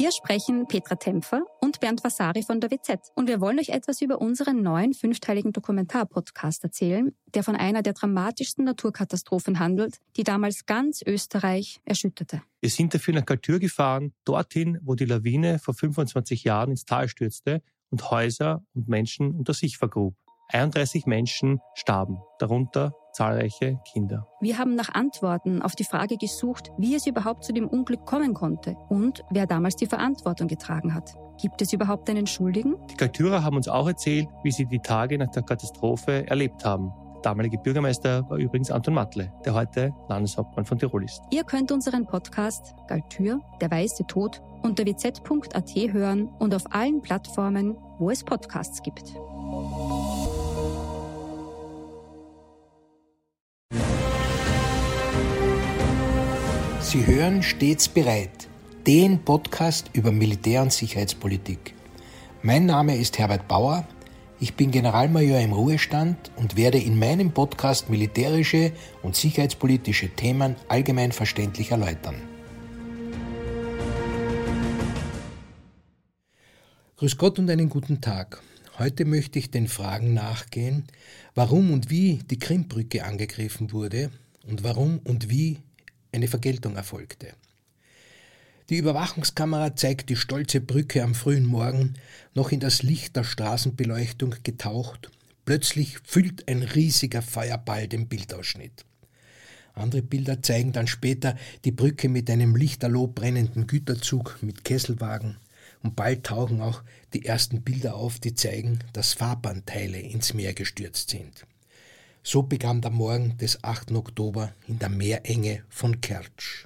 Hier sprechen Petra Tempfer und Bernd Vasari von der WZ. Und wir wollen euch etwas über unseren neuen 5-teiligen Dokumentar-Podcast erzählen, der von einer der dramatischsten Naturkatastrophen handelt, die damals ganz Österreich erschütterte. Wir sind dafür nach Galtür gefahren, dorthin, wo die Lawine vor 25 Jahren ins Tal stürzte und Häuser und Menschen unter sich vergrub. 31 Menschen starben, darunter zahlreiche Kinder. Wir haben nach Antworten auf die Frage gesucht, wie es überhaupt zu dem Unglück kommen konnte und wer damals die Verantwortung getragen hat. Gibt es überhaupt einen Schuldigen? Die Galtürer haben uns auch erzählt, wie sie die Tage nach der Katastrophe erlebt haben. Der damalige Bürgermeister war übrigens Anton Matle, der heute Landeshauptmann von Tirol ist. Ihr könnt unseren Podcast Galtür, der weiße Tod unter wz.at hören und auf allen Plattformen, wo es Podcasts gibt. Sie hören Stets bereit, den Podcast über Militär- und Sicherheitspolitik. Mein Name ist Herbert Bauer, ich bin Generalmajor im Ruhestand und werde in meinem Podcast militärische und sicherheitspolitische Themen allgemein verständlich erläutern. Grüß Gott und einen guten Tag. Heute möchte ich den Fragen nachgehen, warum und wie die Krimbrücke angegriffen wurde und warum und wie eine Vergeltung erfolgte. Die Überwachungskamera zeigt die stolze Brücke am frühen Morgen, noch in das Licht der Straßenbeleuchtung getaucht. Plötzlich füllt ein riesiger Feuerball den Bildausschnitt. Andere Bilder zeigen dann später die Brücke mit einem lichterloh brennenden Güterzug mit Kesselwagen. Und bald tauchen auch die ersten Bilder auf, die zeigen, dass Fahrbahnteile ins Meer gestürzt sind. So begann der Morgen des 8. Oktober in der Meerenge von Kertsch.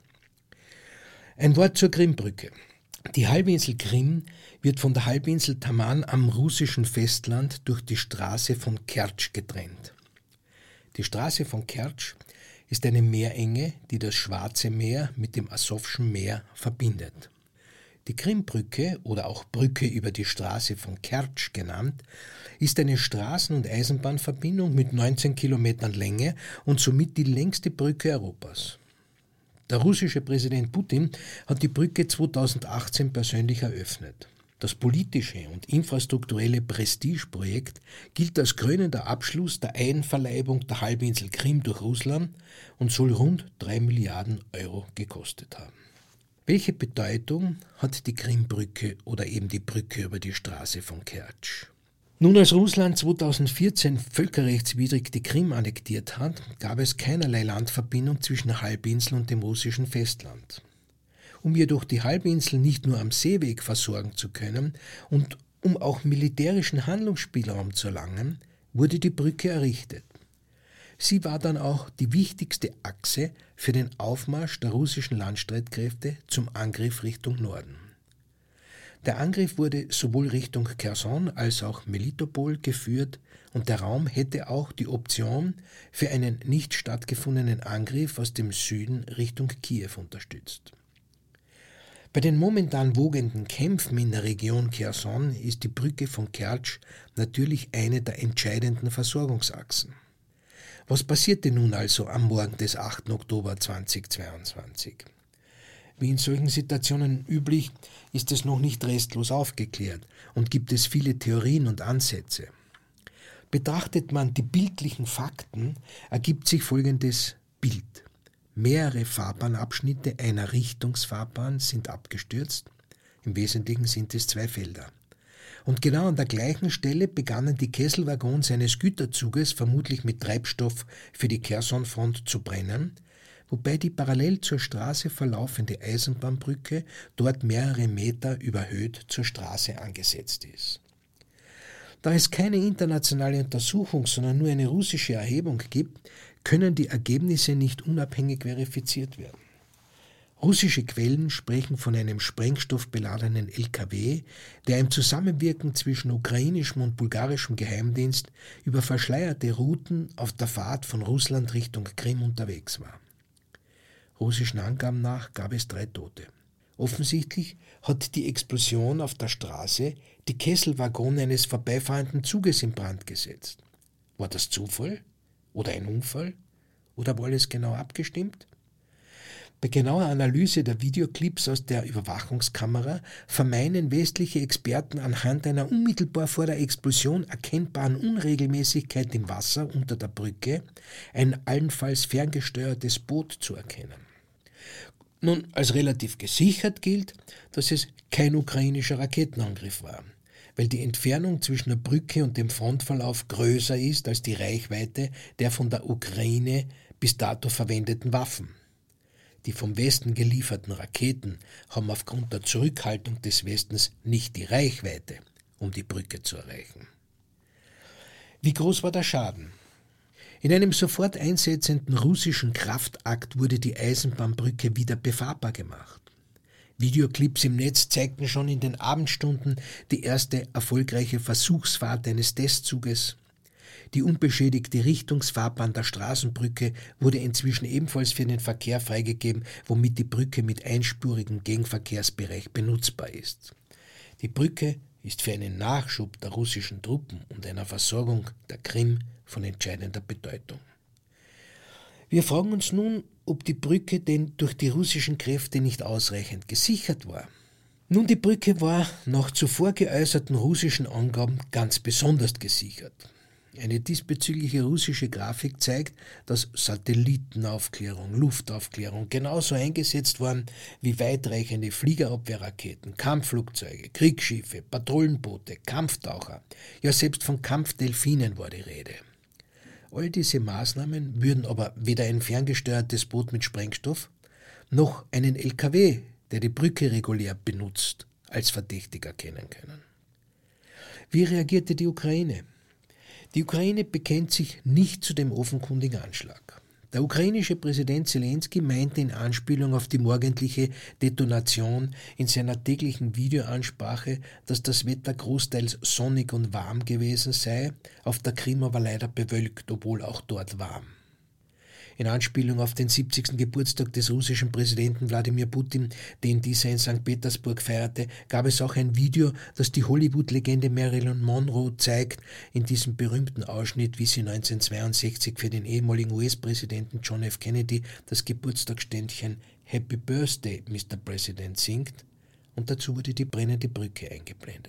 Ein Wort zur Krimbrücke. Die Halbinsel Krim wird von der Halbinsel Taman am russischen Festland durch die Straße von Kertsch getrennt. Die Straße von Kertsch ist eine Meerenge, die das Schwarze Meer mit dem Asowschen Meer verbindet. Die Krimbrücke oder auch Brücke über die Straße von Kertsch genannt, ist eine Straßen- und Eisenbahnverbindung mit 19 Kilometern Länge und somit die längste Brücke Europas. Der russische Präsident Putin hat die Brücke 2018 persönlich eröffnet. Das politische und infrastrukturelle Prestigeprojekt gilt als krönender Abschluss der Einverleibung der Halbinsel Krim durch Russland und soll rund 3 Milliarden Euro gekostet haben. Welche Bedeutung hat die Krimbrücke oder eben die Brücke über die Straße von Kertsch? Nun, als Russland 2014 völkerrechtswidrig die Krim annektiert hat, gab es keinerlei Landverbindung zwischen der Halbinsel und dem russischen Festland. Um jedoch die Halbinsel nicht nur am Seeweg versorgen zu können und um auch militärischen Handlungsspielraum zu erlangen, wurde die Brücke errichtet. Sie war dann auch die wichtigste Achse für den Aufmarsch der russischen Landstreitkräfte zum Angriff Richtung Norden. Der Angriff wurde sowohl Richtung Cherson als auch Melitopol geführt und der Raum hätte auch die Option für einen nicht stattgefundenen Angriff aus dem Süden Richtung Kiew unterstützt. Bei den momentan wogenden Kämpfen in der Region Cherson ist die Brücke von Kertsch natürlich eine der entscheidenden Versorgungsachsen. Was passierte nun also am Morgen des 8. Oktober 2022? Wie in solchen Situationen üblich, ist es noch nicht restlos aufgeklärt und gibt es viele Theorien und Ansätze. Betrachtet man die bildlichen Fakten, ergibt sich folgendes Bild. Mehrere Fahrbahnabschnitte einer Richtungsfahrbahn sind abgestürzt. Im Wesentlichen sind es 2 Felder. Und genau an der gleichen Stelle begannen die Kesselwaggons eines Güterzuges vermutlich mit Treibstoff für die Cherson-Front zu brennen, wobei die parallel zur Straße verlaufende Eisenbahnbrücke dort mehrere Meter überhöht zur Straße angesetzt ist. Da es keine internationale Untersuchung, sondern nur eine russische Erhebung gibt, können die Ergebnisse nicht unabhängig verifiziert werden. Russische Quellen sprechen von einem sprengstoffbeladenen LKW, der im Zusammenwirken zwischen ukrainischem und bulgarischem Geheimdienst über verschleierte Routen auf der Fahrt von Russland Richtung Krim unterwegs war. Russischen Angaben nach gab es 3 Tote. Offensichtlich hat die Explosion auf der Straße die Kesselwaggone eines vorbeifahrenden Zuges in Brand gesetzt. War das Zufall? Oder ein Unfall? Oder war alles genau abgestimmt? Bei genauer Analyse der Videoclips aus der Überwachungskamera vermeinen westliche Experten anhand einer unmittelbar vor der Explosion erkennbaren Unregelmäßigkeit im Wasser unter der Brücke ein allenfalls ferngesteuertes Boot zu erkennen. Nun, als relativ gesichert gilt, dass es kein ukrainischer Raketenangriff war, weil die Entfernung zwischen der Brücke und dem Frontverlauf größer ist als die Reichweite der von der Ukraine bis dato verwendeten Waffen. Die vom Westen gelieferten Raketen haben aufgrund der Zurückhaltung des Westens nicht die Reichweite, um die Brücke zu erreichen. Wie groß war der Schaden? In einem sofort einsetzenden russischen Kraftakt wurde die Eisenbahnbrücke wieder befahrbar gemacht. Videoclips im Netz zeigten schon in den Abendstunden die erste erfolgreiche Versuchsfahrt eines Testzuges. Die unbeschädigte Richtungsfahrbahn der Straßenbrücke wurde inzwischen ebenfalls für den Verkehr freigegeben, womit die Brücke mit einspurigem Gegenverkehrsbereich benutzbar ist. Die Brücke ist für einen Nachschub der russischen Truppen und einer Versorgung der Krim von entscheidender Bedeutung. Wir fragen uns nun, ob die Brücke denn durch die russischen Kräfte nicht ausreichend gesichert war. Nun, die Brücke war nach zuvor geäußerten russischen Angaben ganz besonders gesichert. Eine diesbezügliche russische Grafik zeigt, dass Satellitenaufklärung, Luftaufklärung genauso eingesetzt waren wie weitreichende Fliegerabwehrraketen, Kampfflugzeuge, Kriegsschiffe, Patrouillenboote, Kampftaucher, ja selbst von Kampfdelfinen war die Rede. All diese Maßnahmen würden aber weder ein ferngesteuertes Boot mit Sprengstoff noch einen LKW, der die Brücke regulär benutzt, als verdächtig erkennen können. Wie reagierte die Ukraine? Die Ukraine bekennt sich nicht zu dem offenkundigen Anschlag. Der ukrainische Präsident Zelensky meinte in Anspielung auf die morgendliche Detonation in seiner täglichen Videoansprache, dass das Wetter großteils sonnig und warm gewesen sei, auf der Krim aber leider bewölkt, obwohl auch dort warm. In Anspielung auf den 70. Geburtstag des russischen Präsidenten Wladimir Putin, den dieser in St. Petersburg feierte, gab es auch ein Video, das die Hollywood-Legende Marilyn Monroe zeigt, in diesem berühmten Ausschnitt, wie sie 1962 für den ehemaligen US-Präsidenten John F. Kennedy das Geburtstagsständchen Happy Birthday, Mr. President singt, und dazu wurde die brennende Brücke eingeblendet.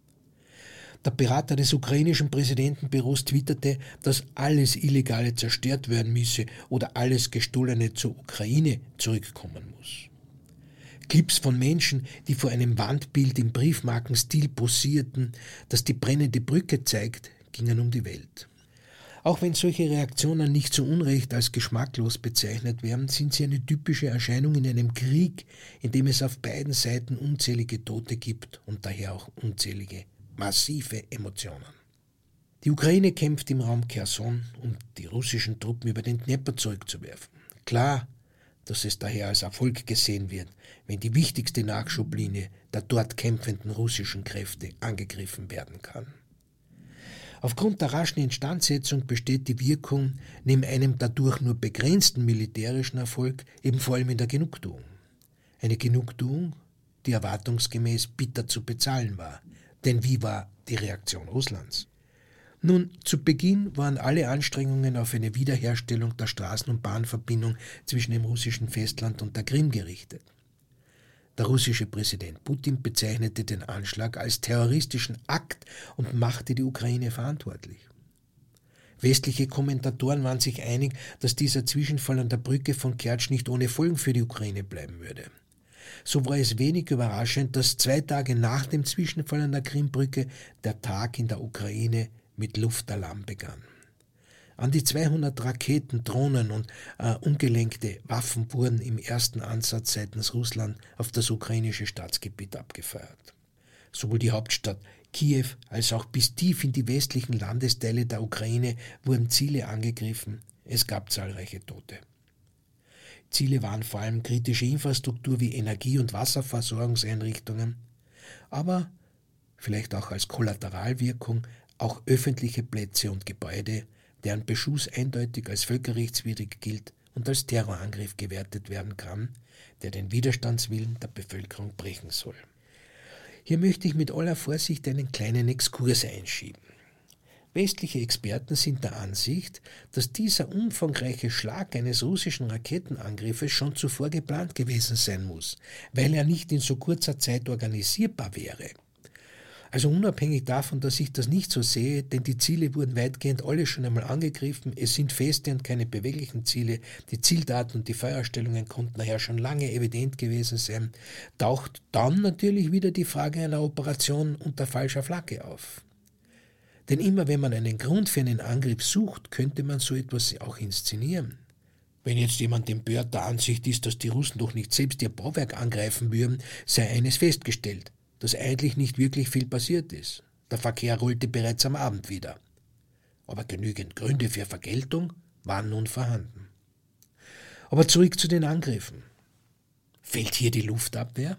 Der Berater des ukrainischen Präsidentenbüros twitterte, dass alles Illegale zerstört werden müsse oder alles Gestohlene zur Ukraine zurückkommen muss. Clips von Menschen, die vor einem Wandbild im Briefmarkenstil posierten, das die brennende Brücke zeigt, gingen um die Welt. Auch wenn solche Reaktionen nicht zu Unrecht als geschmacklos bezeichnet werden, sind sie eine typische Erscheinung in einem Krieg, in dem es auf beiden Seiten unzählige Tote gibt und daher auch unzählige massive Emotionen. Die Ukraine kämpft im Raum Cherson, um die russischen Truppen über den Dnepr zurückzuwerfen. Klar, dass es daher als Erfolg gesehen wird, wenn die wichtigste Nachschublinie der dort kämpfenden russischen Kräfte angegriffen werden kann. Aufgrund der raschen Instandsetzung besteht die Wirkung neben einem dadurch nur begrenzten militärischen Erfolg eben vor allem in der Genugtuung. Eine Genugtuung, die erwartungsgemäß bitter zu bezahlen war. Denn wie war die Reaktion Russlands? Nun, zu Beginn waren alle Anstrengungen auf eine Wiederherstellung der Straßen- und Bahnverbindung zwischen dem russischen Festland und der Krim gerichtet. Der russische Präsident Putin bezeichnete den Anschlag als terroristischen Akt und machte die Ukraine verantwortlich. Westliche Kommentatoren waren sich einig, dass dieser Zwischenfall an der Brücke von Kertsch nicht ohne Folgen für die Ukraine bleiben würde. So war es wenig überraschend, dass 2 Tage nach dem Zwischenfall an der Krimbrücke der Tag in der Ukraine mit Luftalarm begann. An die 200 Raketen, Drohnen und umgelenkte Waffen wurden im ersten Ansatz seitens Russland auf das ukrainische Staatsgebiet abgefeuert. Sowohl die Hauptstadt Kiew als auch bis tief in die westlichen Landesteile der Ukraine wurden Ziele angegriffen. Es gab zahlreiche Tote. Ziele waren vor allem kritische Infrastruktur wie Energie- und Wasserversorgungseinrichtungen, aber vielleicht auch als Kollateralwirkung auch öffentliche Plätze und Gebäude, deren Beschuss eindeutig als völkerrechtswidrig gilt und als Terrorangriff gewertet werden kann, der den Widerstandswillen der Bevölkerung brechen soll. Hier möchte ich mit aller Vorsicht einen kleinen Exkurs einschieben. Westliche Experten sind der Ansicht, dass dieser umfangreiche Schlag eines russischen Raketenangriffes schon zuvor geplant gewesen sein muss, weil er nicht in so kurzer Zeit organisierbar wäre. Also unabhängig davon, dass ich das nicht so sehe, denn die Ziele wurden weitgehend alle schon einmal angegriffen, es sind feste und keine beweglichen Ziele, die Zieldaten und die Feuerstellungen konnten daher schon lange evident gewesen sein, taucht dann natürlich wieder die Frage einer Operation unter falscher Flagge auf. Denn immer wenn man einen Grund für einen Angriff sucht, könnte man so etwas auch inszenieren. Wenn jetzt jemand empört der Ansicht ist, dass die Russen doch nicht selbst ihr Bauwerk angreifen würden, sei eines festgestellt, dass eigentlich nicht wirklich viel passiert ist. Der Verkehr rollte bereits am Abend wieder. Aber genügend Gründe für Vergeltung waren nun vorhanden. Aber zurück zu den Angriffen. Fehlt hier die Luftabwehr?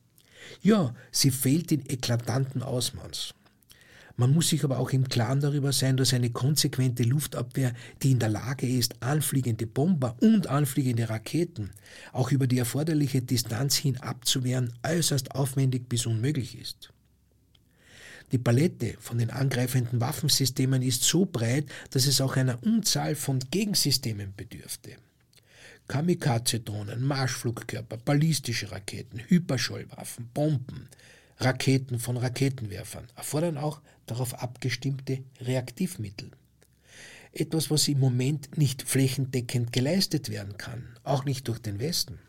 Ja, sie fehlt in eklatanten Ausmaß. Man muss sich aber auch im Klaren darüber sein, dass eine konsequente Luftabwehr, die in der Lage ist, anfliegende Bomber und anfliegende Raketen auch über die erforderliche Distanz hin abzuwehren, äußerst aufwendig bis unmöglich ist. Die Palette von den angreifenden Waffensystemen ist so breit, dass es auch einer Unzahl von Gegensystemen bedürfte. Kamikaze-Drohnen, Marschflugkörper, ballistische Raketen, Hyperschallwaffen, Bomben, Raketen von Raketenwerfern erfordern auch darauf abgestimmte Reaktivmittel. Etwas, was im Moment nicht flächendeckend geleistet werden kann, auch nicht durch den Westen.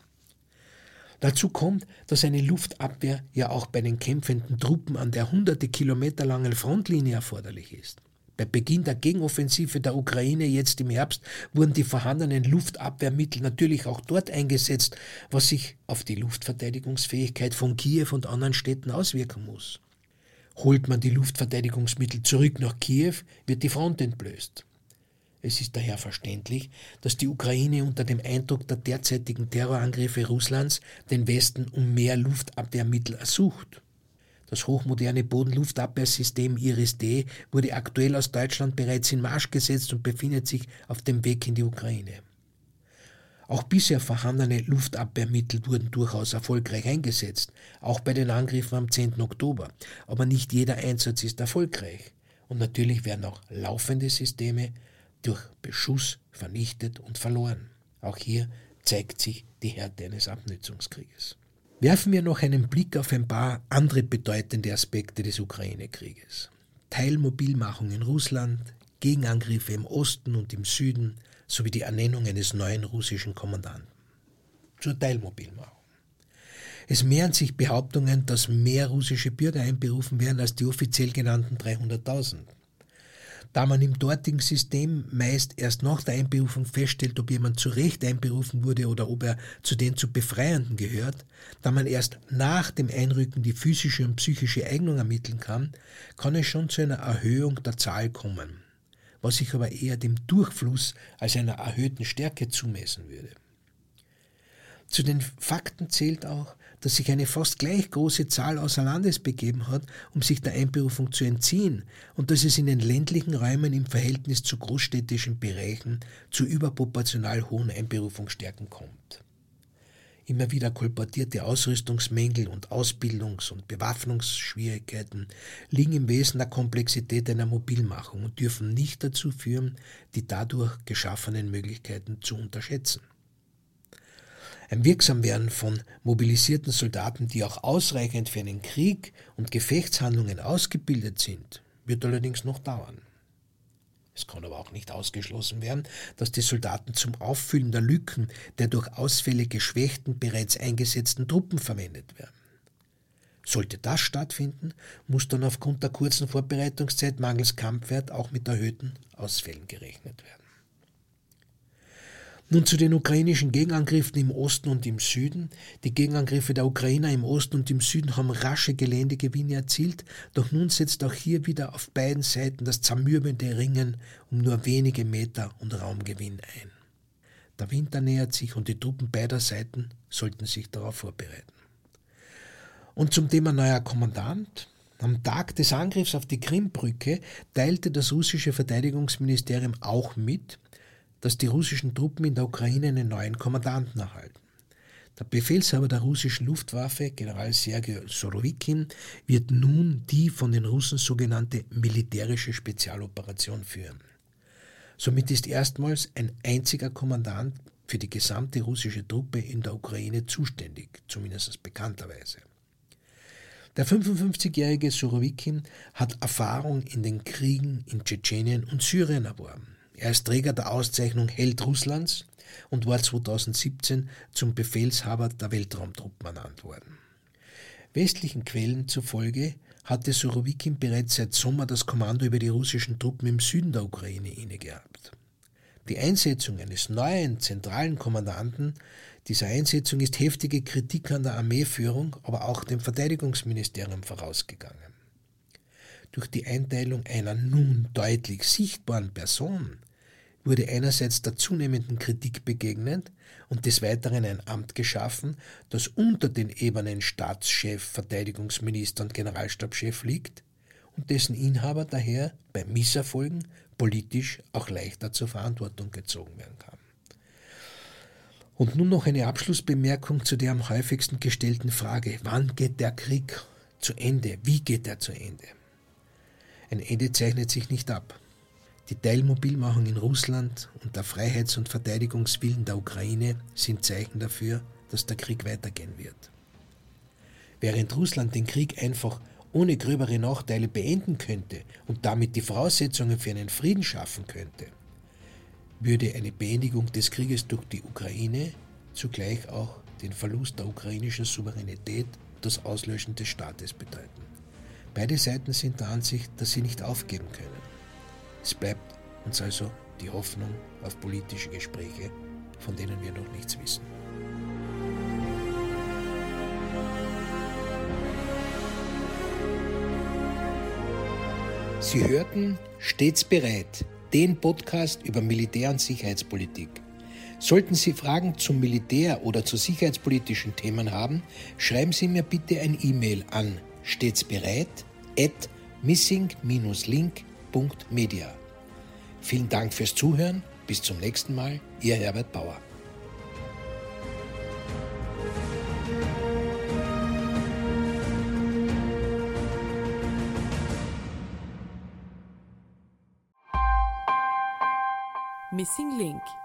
Dazu kommt, dass eine Luftabwehr ja auch bei den kämpfenden Truppen an der hunderte Kilometer langen Frontlinie erforderlich ist. Bei Beginn der Gegenoffensive der Ukraine jetzt im Herbst wurden die vorhandenen Luftabwehrmittel natürlich auch dort eingesetzt, was sich auf die Luftverteidigungsfähigkeit von Kiew und anderen Städten auswirken muss. Holt man die Luftverteidigungsmittel zurück nach Kiew, wird die Front entblößt. Es ist daher verständlich, dass die Ukraine unter dem Eindruck der derzeitigen Terrorangriffe Russlands den Westen um mehr Luftabwehrmittel ersucht. Das hochmoderne Bodenluftabwehrsystem IRIS-D wurde aktuell aus Deutschland bereits in Marsch gesetzt und befindet sich auf dem Weg in die Ukraine. Auch bisher vorhandene Luftabwehrmittel wurden durchaus erfolgreich eingesetzt, auch bei den Angriffen am 10. Oktober. Aber nicht jeder Einsatz ist erfolgreich. Und natürlich werden auch laufende Systeme durch Beschuss vernichtet und verloren. Auch hier zeigt sich die Härte eines Abnutzungskrieges. Werfen wir noch einen Blick auf ein paar andere bedeutende Aspekte des Ukraine-Krieges. Teilmobilmachung in Russland, Gegenangriffe im Osten und im Süden sowie die Ernennung eines neuen russischen Kommandanten. Zur Teilmobilmachung. Es mehren sich Behauptungen, dass mehr russische Bürger einberufen werden als die offiziell genannten 300.000. Da man im dortigen System meist erst nach der Einberufung feststellt, ob jemand zu Recht einberufen wurde oder ob er zu den zu Befreienden gehört, da man erst nach dem Einrücken die physische und psychische Eignung ermitteln kann, kann es schon zu einer Erhöhung der Zahl kommen, was sich aber eher dem Durchfluss als einer erhöhten Stärke zumessen würde. Zu den Fakten zählt auch, dass sich eine fast gleich große Zahl außer Landes begeben hat, um sich der Einberufung zu entziehen und dass es in den ländlichen Räumen im Verhältnis zu großstädtischen Bereichen zu überproportional hohen Einberufungsstärken kommt. Immer wieder kolportierte Ausrüstungsmängel und Ausbildungs- und Bewaffnungsschwierigkeiten liegen im Wesen der Komplexität einer Mobilmachung und dürfen nicht dazu führen, die dadurch geschaffenen Möglichkeiten zu unterschätzen. Ein Wirksamwerden von mobilisierten Soldaten, die auch ausreichend für einen Krieg und Gefechtshandlungen ausgebildet sind, wird allerdings noch dauern. Es kann aber auch nicht ausgeschlossen werden, dass die Soldaten zum Auffüllen der Lücken der durch Ausfälle geschwächten, bereits eingesetzten Truppen verwendet werden. Sollte das stattfinden, muss dann aufgrund der kurzen Vorbereitungszeit mangels Kampfwert auch mit erhöhten Ausfällen gerechnet werden. Nun zu den ukrainischen Gegenangriffen im Osten und im Süden. Die Gegenangriffe der Ukrainer im Osten und im Süden haben rasche Geländegewinne erzielt, doch nun setzt auch hier wieder auf beiden Seiten das zermürbende Ringen um nur wenige Meter und Raumgewinn ein. Der Winter nähert sich und die Truppen beider Seiten sollten sich darauf vorbereiten. Und zum Thema neuer Kommandant. Am Tag des Angriffs auf die Krimbrücke teilte das russische Verteidigungsministerium auch mit, dass die russischen Truppen in der Ukraine einen neuen Kommandanten erhalten. Der Befehlshaber der russischen Luftwaffe, General Sergei Surowikin, wird nun die von den Russen sogenannte militärische Spezialoperation führen. Somit ist erstmals ein einziger Kommandant für die gesamte russische Truppe in der Ukraine zuständig, zumindest bekannterweise. Der 55-jährige Surowikin hat Erfahrung in den Kriegen in Tschetschenien und Syrien erworben. Er ist Träger der Auszeichnung Held Russlands und war 2017 zum Befehlshaber der Weltraumtruppen ernannt worden. Westlichen Quellen zufolge hatte Surowikin bereits seit Sommer das Kommando über die russischen Truppen im Süden der Ukraine innegehabt. Die Einsetzung eines neuen zentralen Kommandanten dieser Einsetzung ist heftige Kritik an der Armeeführung, aber auch dem Verteidigungsministerium vorausgegangen. Durch die Einteilung einer nun deutlich sichtbaren Person wurde einerseits der zunehmenden Kritik begegnet und des Weiteren ein Amt geschaffen, das unter den Ebenen Staatschef, Verteidigungsminister und Generalstabschef liegt und dessen Inhaber daher bei Misserfolgen politisch auch leichter zur Verantwortung gezogen werden kann. Und nun noch eine Abschlussbemerkung zu der am häufigsten gestellten Frage: Wann geht der Krieg zu Ende? Wie geht er zu Ende? Ein Ende zeichnet sich nicht ab. Die Teilmobilmachung in Russland und der Freiheits- und Verteidigungswillen der Ukraine sind Zeichen dafür, dass der Krieg weitergehen wird. Während Russland den Krieg einfach ohne gröbere Nachteile beenden könnte und damit die Voraussetzungen für einen Frieden schaffen könnte, würde eine Beendigung des Krieges durch die Ukraine zugleich auch den Verlust der ukrainischen Souveränität und das Auslöschen des Staates bedeuten. Beide Seiten sind der Ansicht, dass sie nicht aufgeben können. Es bleibt uns also die Hoffnung auf politische Gespräche, von denen wir noch nichts wissen. Sie hörten Stets bereit, den Podcast über Militär- und Sicherheitspolitik. Sollten Sie Fragen zum Militär oder zu sicherheitspolitischen Themen haben, schreiben Sie mir bitte ein E-Mail an stetsbereit@missing-link.media. Vielen Dank fürs Zuhören. Bis zum nächsten Mal. Ihr Herbert Bauer. Missing Link